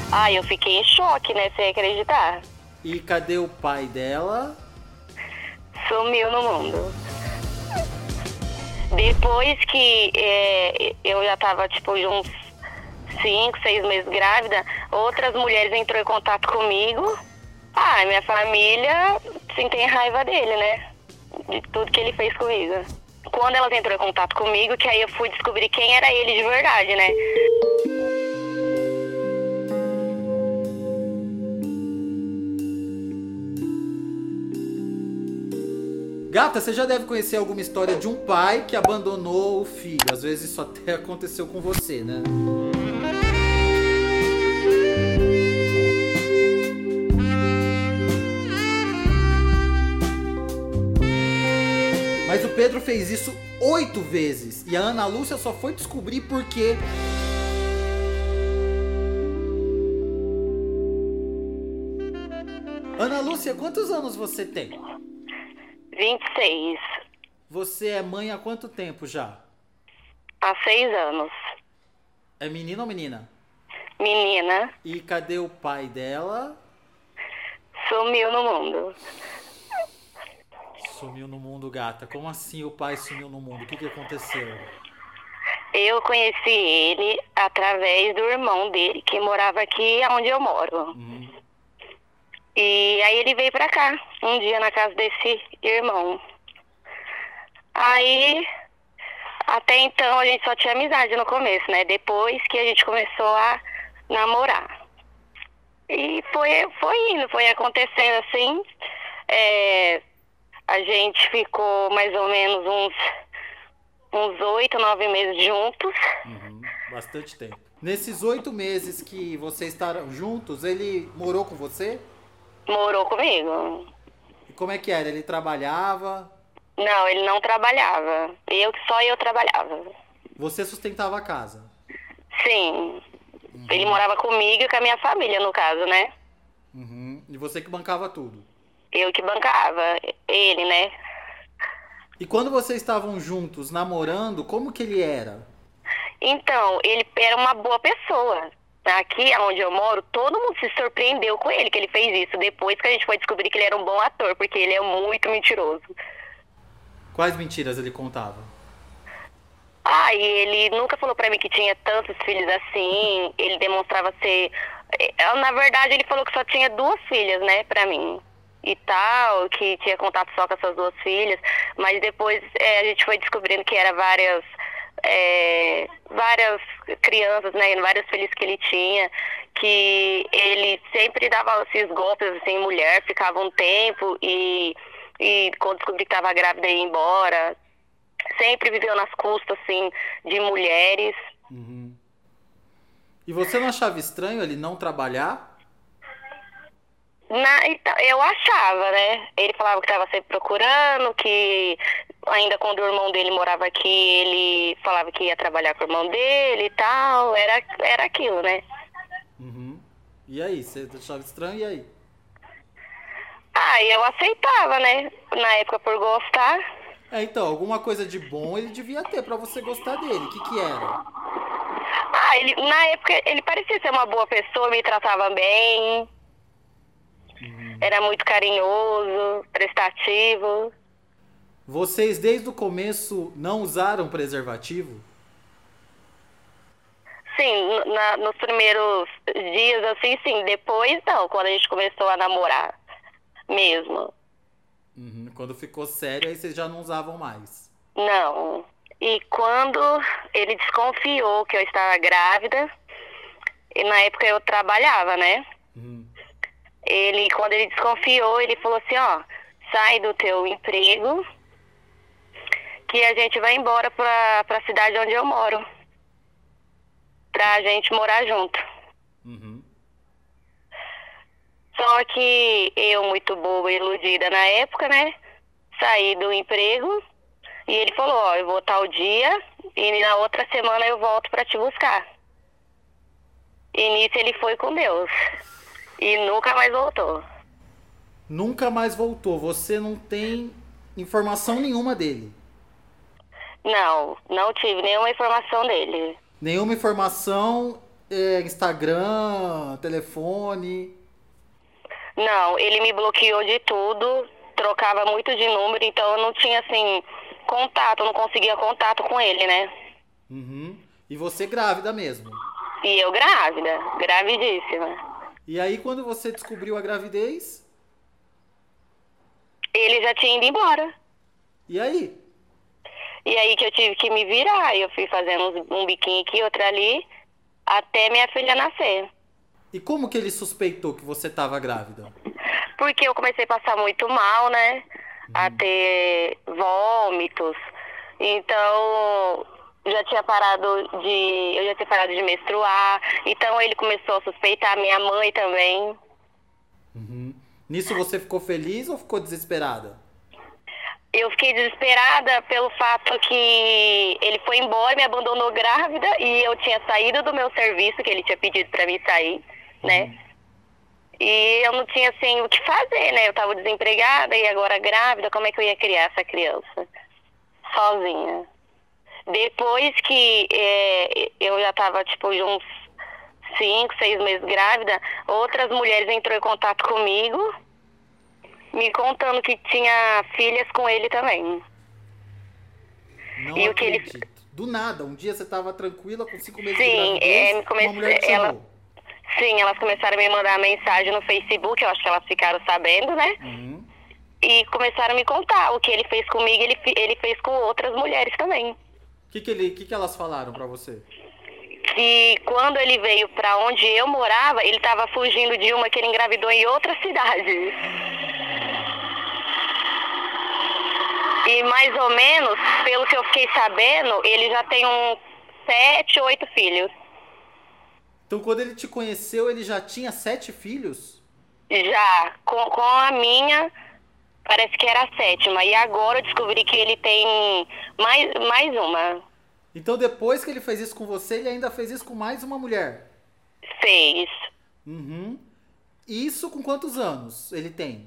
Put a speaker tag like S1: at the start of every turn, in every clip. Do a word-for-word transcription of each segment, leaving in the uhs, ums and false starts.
S1: Ah, eu fiquei em choque, né? Sem acreditar.
S2: E cadê o pai dela?
S1: Sumiu no mundo. Depois que é, eu já tava, tipo, de uns cinco, seis meses grávida, outras mulheres entrou em contato comigo. Ah, minha família, sim, tem raiva dele, né? De tudo que ele fez comigo. Quando elas entrou em contato comigo, que aí eu fui descobrir quem era ele de verdade, né?
S2: Gata, você já deve conhecer alguma história de um pai que abandonou o filho. Às vezes isso até aconteceu com você, né? Mas o Pedro fez isso oito vezes. E a Ana Lúcia só foi descobrir por quê. Ana Lúcia, quantos anos você tem?
S1: vinte e seis.
S2: Você é mãe há quanto tempo já?
S1: Há seis anos.
S2: É menino ou menina?
S1: Menina.
S2: E cadê o pai dela?
S1: Sumiu no mundo.
S2: Sumiu no mundo, gata. Como assim o pai sumiu no mundo? O que, que aconteceu?
S1: Eu conheci ele através do irmão dele, que morava aqui onde eu moro.
S2: Uhum.
S1: E aí ele veio pra cá, um dia na casa desse irmão. Aí, até então a gente só tinha amizade no começo, né? Depois que a gente começou a namorar. E foi, foi indo, foi acontecendo assim. É, a gente ficou mais ou menos uns uns oito, nove meses juntos.
S2: Uhum. Bastante tempo. Nesses oito meses que vocês estavam juntos, ele morou com você?
S1: Morou comigo.
S2: E como é que era? Ele trabalhava?
S1: Não, ele não trabalhava. Eu, só eu trabalhava.
S2: Você sustentava a casa?
S1: Sim. Uhum. Ele morava comigo e com a minha família, no caso, né?
S2: Uhum. E você que bancava tudo?
S1: Eu que bancava. Ele, né?
S2: E quando vocês estavam juntos, namorando, como que ele era?
S1: Então, ele era uma boa pessoa. Aqui onde eu moro, todo mundo se surpreendeu com ele, que ele fez isso. Depois que a gente foi descobrir que ele era um bom ator, porque ele é muito mentiroso. Quais
S2: mentiras ele contava?
S1: Ah, e ele nunca falou pra mim que tinha tantos filhos assim. Ele demonstrava ser... Na verdade, ele falou que só tinha duas filhas, né, pra mim. E tal, que tinha contato só com essas duas filhas. Mas depois é, a gente foi descobrindo que era várias... É, várias crianças, né, vários filhos que ele tinha, que ele sempre dava esses golpes assim, em mulher, ficava um tempo e, e quando descobri que estava grávida ia embora, sempre viveu nas custas assim, de mulheres.
S2: Uhum. E você não achava estranho ele não trabalhar?
S1: Na, então, eu achava, né? Ele falava que estava sempre procurando, que ainda quando o irmão dele morava aqui, ele falava que ia trabalhar com o irmão dele e tal. Era, era aquilo, né?
S2: Uhum. E aí? Você achava estranho? E aí?
S1: Ah, eu aceitava, né? Na época por gostar.
S2: É, então, alguma coisa de bom ele devia ter pra você gostar dele. O que que era?
S1: Ah, ele, na época ele parecia ser uma boa pessoa, me tratava bem. Uhum. Era muito carinhoso, prestativo.
S2: Vocês desde o começo não usaram preservativo?
S1: Sim, na, nos primeiros dias assim, sim. Depois não, quando a gente começou a namorar mesmo.
S2: Uhum. Quando ficou sério, aí vocês já não usavam mais?
S1: Não. E quando ele desconfiou que eu estava grávida, e na época eu trabalhava, né? Uhum. Ele, quando ele desconfiou, ele falou assim, ó, sai do teu emprego que a gente vai embora pra, pra cidade onde eu moro. Pra gente morar junto. Uhum. Só que eu, muito boba e iludida na época, né? Saí do emprego e ele falou, ó, eu vou tal dia e na outra semana eu volto pra te buscar. E nisso ele foi com Deus. E nunca mais voltou.
S2: Nunca mais voltou. Você não tem informação nenhuma dele?
S1: Não, não tive nenhuma informação dele.
S2: Nenhuma informação É, Instagram, telefone.
S1: Não, ele me bloqueou de tudo, trocava muito de número, então eu não tinha, assim, contato, não conseguia contato com ele, né?
S2: Uhum. E você grávida mesmo.
S1: E eu grávida, gravidíssima.
S2: E aí, quando você descobriu a gravidez,
S1: Ele já tinha ido embora.
S2: e aí?
S1: E aí que eu tive que me virar, eu fui fazendo uns- um biquinho aqui, outro ali, até minha filha nascer.
S2: E como que ele suspeitou que você estava grávida?
S1: Porque eu comecei a passar muito mal, né? A ter vômitos. Então, já tinha parado de. Eu já tinha parado de menstruar. Então ele começou a suspeitar, minha mãe também.
S2: Uhum. Nisso você ficou feliz ou ficou desesperada?
S1: Eu fiquei desesperada pelo fato que ele foi embora, me abandonou grávida e eu tinha saído do meu serviço, que ele tinha pedido pra mim sair, né? E eu não tinha, assim, o que fazer, né? Eu tava desempregada e agora grávida, como é que eu ia criar essa criança? Sozinha. Depois que é, eu já tava, tipo, de uns cinco, seis meses grávida, outras mulheres entrou em contato comigo, me contando que tinha filhas com ele também.
S2: Não
S1: E o que ele...
S2: acredito. Do nada, um dia você estava tranquila com cinco meses de
S1: Sim,
S2: gravidez,
S1: é, come...
S2: uma mulher te
S1: ela...
S2: chamou.
S1: Sim, elas começaram a me mandar mensagem no Facebook, eu acho que elas ficaram sabendo, né?
S2: Uhum.
S1: E começaram a me contar o que ele fez comigo, ele, fi- ele fez com outras mulheres também.
S2: O que que, ele, que que elas falaram pra você?
S1: Que quando ele veio pra onde eu morava, ele tava fugindo de uma que ele engravidou em outra cidade. E mais ou menos, pelo que eu fiquei sabendo, ele já tem uns sete, oito filhos.
S2: Então, quando ele te conheceu, ele já tinha sete filhos?
S1: Já, com, com a minha, parece que era a sétima. E agora eu descobri que ele tem mais, mais uma.
S2: Então, depois que ele fez isso com você, ele ainda fez isso com mais uma mulher?
S1: Fez.
S2: Uhum. Isso com quantos anos ele tem?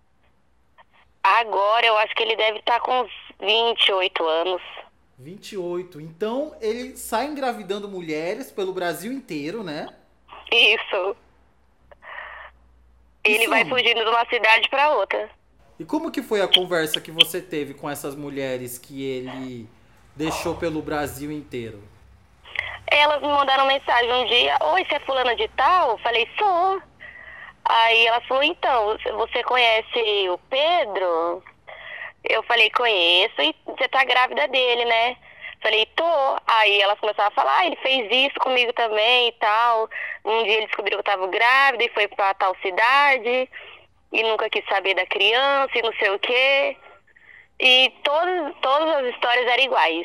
S1: Agora eu acho que ele deve estar com uns vinte e oito anos.
S2: vinte e oito. Então, ele sai engravidando mulheres pelo Brasil inteiro, né?
S1: Isso. Ele
S2: Isso.
S1: vai fugindo de uma cidade pra outra.
S2: E como que foi a conversa que você teve com essas mulheres que ele deixou pelo Brasil inteiro?
S1: Elas me mandaram mensagem um dia: oi, você é fulana de tal? Eu falei: sou. Aí ela falou: então, você conhece o Pedro? Eu falei: conheço. E você tá grávida dele, né? Falei: tô. Aí elas começaram a falar: ah, ele fez isso comigo também e tal. Um dia ele descobriu que eu tava grávida e foi pra tal cidade. E nunca quis saber da criança e não sei o quê. E todas, todas as histórias eram iguais.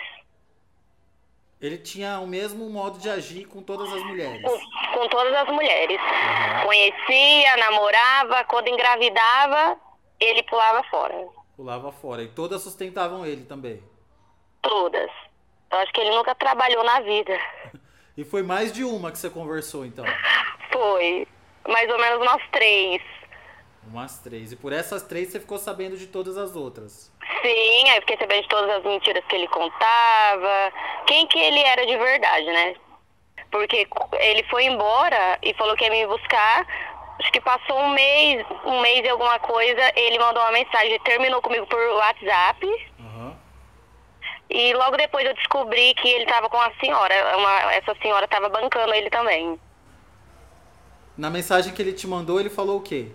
S2: Ele tinha o mesmo modo de agir com todas as mulheres.
S1: Com, com todas as mulheres. Conhecia, namorava, quando engravidava, ele pulava fora.
S2: Pulava fora. E todas sustentavam ele também.
S1: Todas. Eu acho que ele nunca trabalhou na vida.
S2: E foi mais de uma que você conversou, então?
S1: Foi. Mais ou menos nós três.
S2: Umas três. E por essas três você ficou sabendo de todas as outras?
S1: Sim, aí eu fiquei sabendo de todas as mentiras que ele contava. Quem que ele era de verdade, né? Porque ele foi embora e falou que ia me buscar. Acho que passou um mês, um mês e alguma coisa, ele mandou uma mensagem, terminou comigo por WhatsApp.
S2: Uhum.
S1: E logo depois eu descobri que ele tava com uma senhora. Uma, essa senhora tava bancando ele também.
S2: Na mensagem que ele te mandou, ele falou o quê?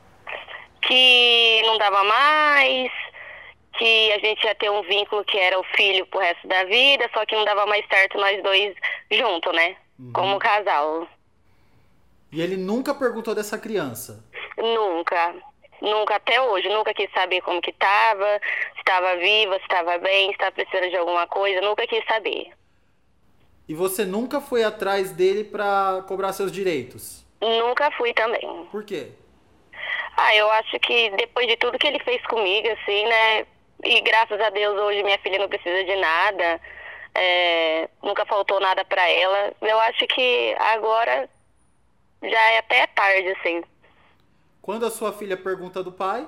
S1: Que não dava mais, que a gente ia ter um vínculo que era o filho pro resto da vida, só que não dava mais certo nós dois juntos, né?
S2: Uhum.
S1: Como casal.
S2: E ele nunca perguntou dessa criança?
S1: Nunca. Nunca, até hoje. Nunca quis saber como que tava, se estava viva, se estava bem, se estava precisando de alguma coisa. Nunca quis saber.
S2: E você nunca foi atrás dele pra cobrar seus direitos?
S1: Nunca fui também.
S2: Por quê?
S1: Ah, eu acho que depois de tudo que ele fez comigo, assim, né? E graças a Deus hoje minha filha não precisa de nada. É, nunca faltou nada pra ela. Eu acho que agora já é até tarde, assim.
S2: Quando a sua filha pergunta do pai?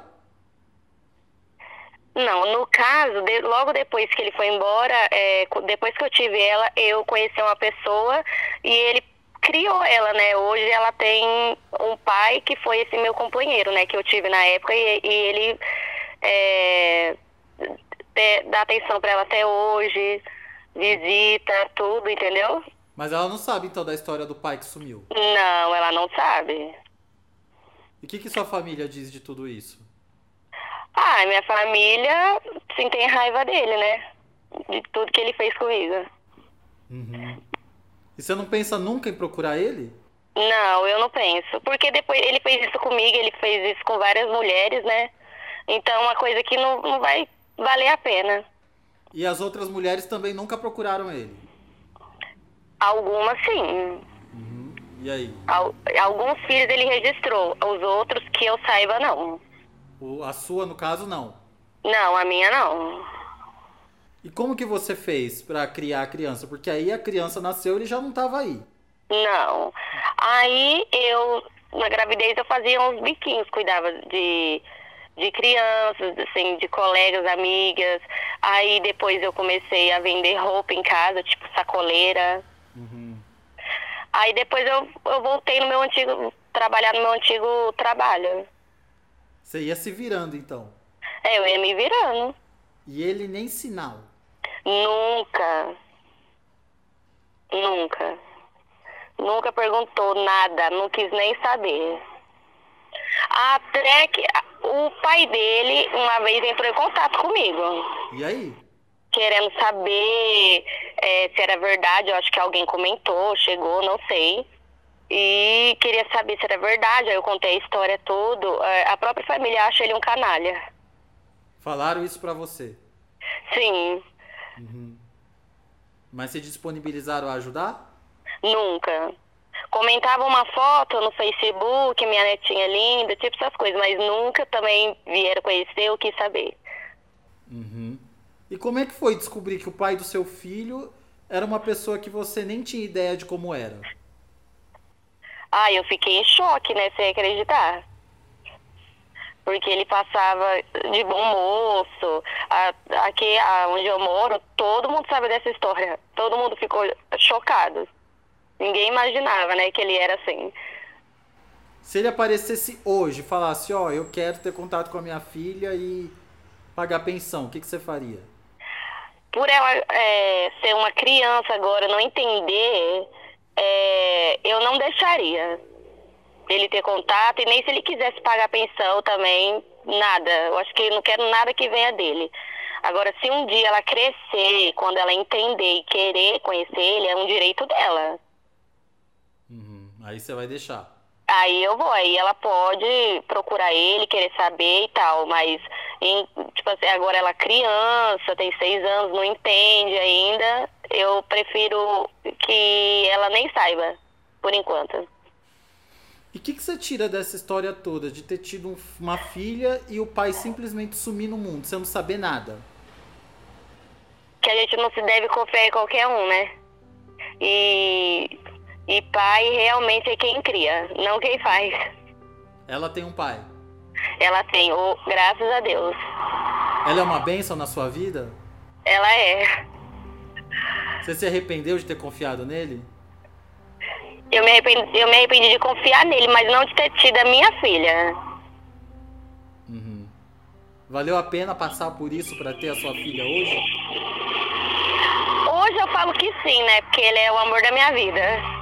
S1: Não, no caso, de- logo depois que ele foi embora, é, co- depois que eu tive ela, eu conheci uma pessoa e ele criou ela, né? Hoje ela tem um pai que foi esse meu companheiro, né? Que eu tive na época e, e ele é, é, dá atenção pra ela até hoje, visita, tudo, entendeu?
S2: Mas ela não sabe, então, da história do pai que sumiu.
S1: Não, ela não sabe.
S2: E o que, que sua família diz de tudo isso?
S1: Ah, minha família, sim, tem raiva dele, né? De tudo que ele fez comigo.
S2: Uhum. E você não pensa nunca em procurar ele?
S1: Não, eu não penso. Porque depois ele fez isso comigo, ele fez isso com várias mulheres, né? Então é uma coisa que não, não vai valer a pena.
S2: E as outras mulheres também nunca procuraram ele?
S1: Algumas sim.
S2: Uhum. E aí?
S1: Al- alguns filhos ele registrou, os outros que eu saiba não.
S2: O, a sua, no caso, não.
S1: Não, a minha não.
S2: E como que você fez pra criar a criança? Porque aí a criança nasceu e ele já não tava aí.
S1: Não. Aí eu, na gravidez, eu fazia uns biquinhos, cuidava de, de crianças, assim, de colegas, amigas. Aí depois eu comecei a vender roupa em casa, tipo sacoleira.
S2: Uhum.
S1: Aí depois eu, eu voltei no meu antigo, trabalhar no meu antigo trabalho.
S2: Você ia se virando, então.
S1: É, eu ia me virando.
S2: E ele nem sinal.
S1: Nunca. Nunca. Nunca perguntou nada, não quis nem saber. Até que o pai dele uma vez entrou em contato comigo,
S2: E aí?
S1: querendo saber é, se era verdade. Eu acho que alguém comentou, chegou, não sei. E queria saber se era verdade. Aí eu contei a história toda. É, A própria família acha ele um canalha.
S2: Falaram isso pra você.
S1: Sim,
S2: Mas se disponibilizaram a ajudar?
S1: nunca. Comentava uma foto no Facebook, minha netinha linda, tipo essas coisas, mas nunca também vieram conhecer ou quis saber.
S2: Uhum. E como é que foi descobrir que o pai do seu filho era uma pessoa que você nem tinha ideia de como era?
S1: Ah, eu fiquei em choque, né, sem acreditar. Porque ele passava de bom moço. A- Aqui a- onde eu moro, todo mundo sabe dessa história. Todo mundo ficou chocado. Ninguém imaginava, né, que ele era assim.
S2: Se ele aparecesse hoje e falasse, ó, eu quero ter contato com a minha filha e pagar pensão, o que, que você faria?
S1: Por ela é, ser uma criança agora, não entender, é, eu não deixaria ele ter contato, e nem se ele quisesse pagar pensão também, nada. Eu acho que eu não quero nada que venha dele. Agora, se um dia ela crescer, quando ela entender e querer conhecer ele, é um direito dela.
S2: Uhum. Aí você vai deixar.
S1: Aí eu vou, aí ela pode procurar ele, querer saber e tal, mas em- tipo assim, agora ela é criança, tem seis anos, não entende ainda, eu prefiro que ela nem saiba, por enquanto.
S2: E o que, que você tira dessa história toda, de ter tido um- uma filha e o pai simplesmente sumir no mundo, sem não saber nada?
S1: Que a gente não se deve confiar em qualquer um, né? E, e pai realmente é quem cria, não quem faz.
S2: Ela tem um pai.
S1: Ela tem, oh, graças a Deus.
S2: Ela é uma bênção na sua vida?
S1: Ela é.
S2: Você se arrependeu de ter confiado nele?
S1: Eu me arrependi, eu me arrependi de confiar nele, mas não de ter tido a minha filha.
S2: Uhum. Valeu a pena passar por isso pra ter a sua filha hoje?
S1: Hoje eu falo que sim, né? Porque ele é o amor da minha vida.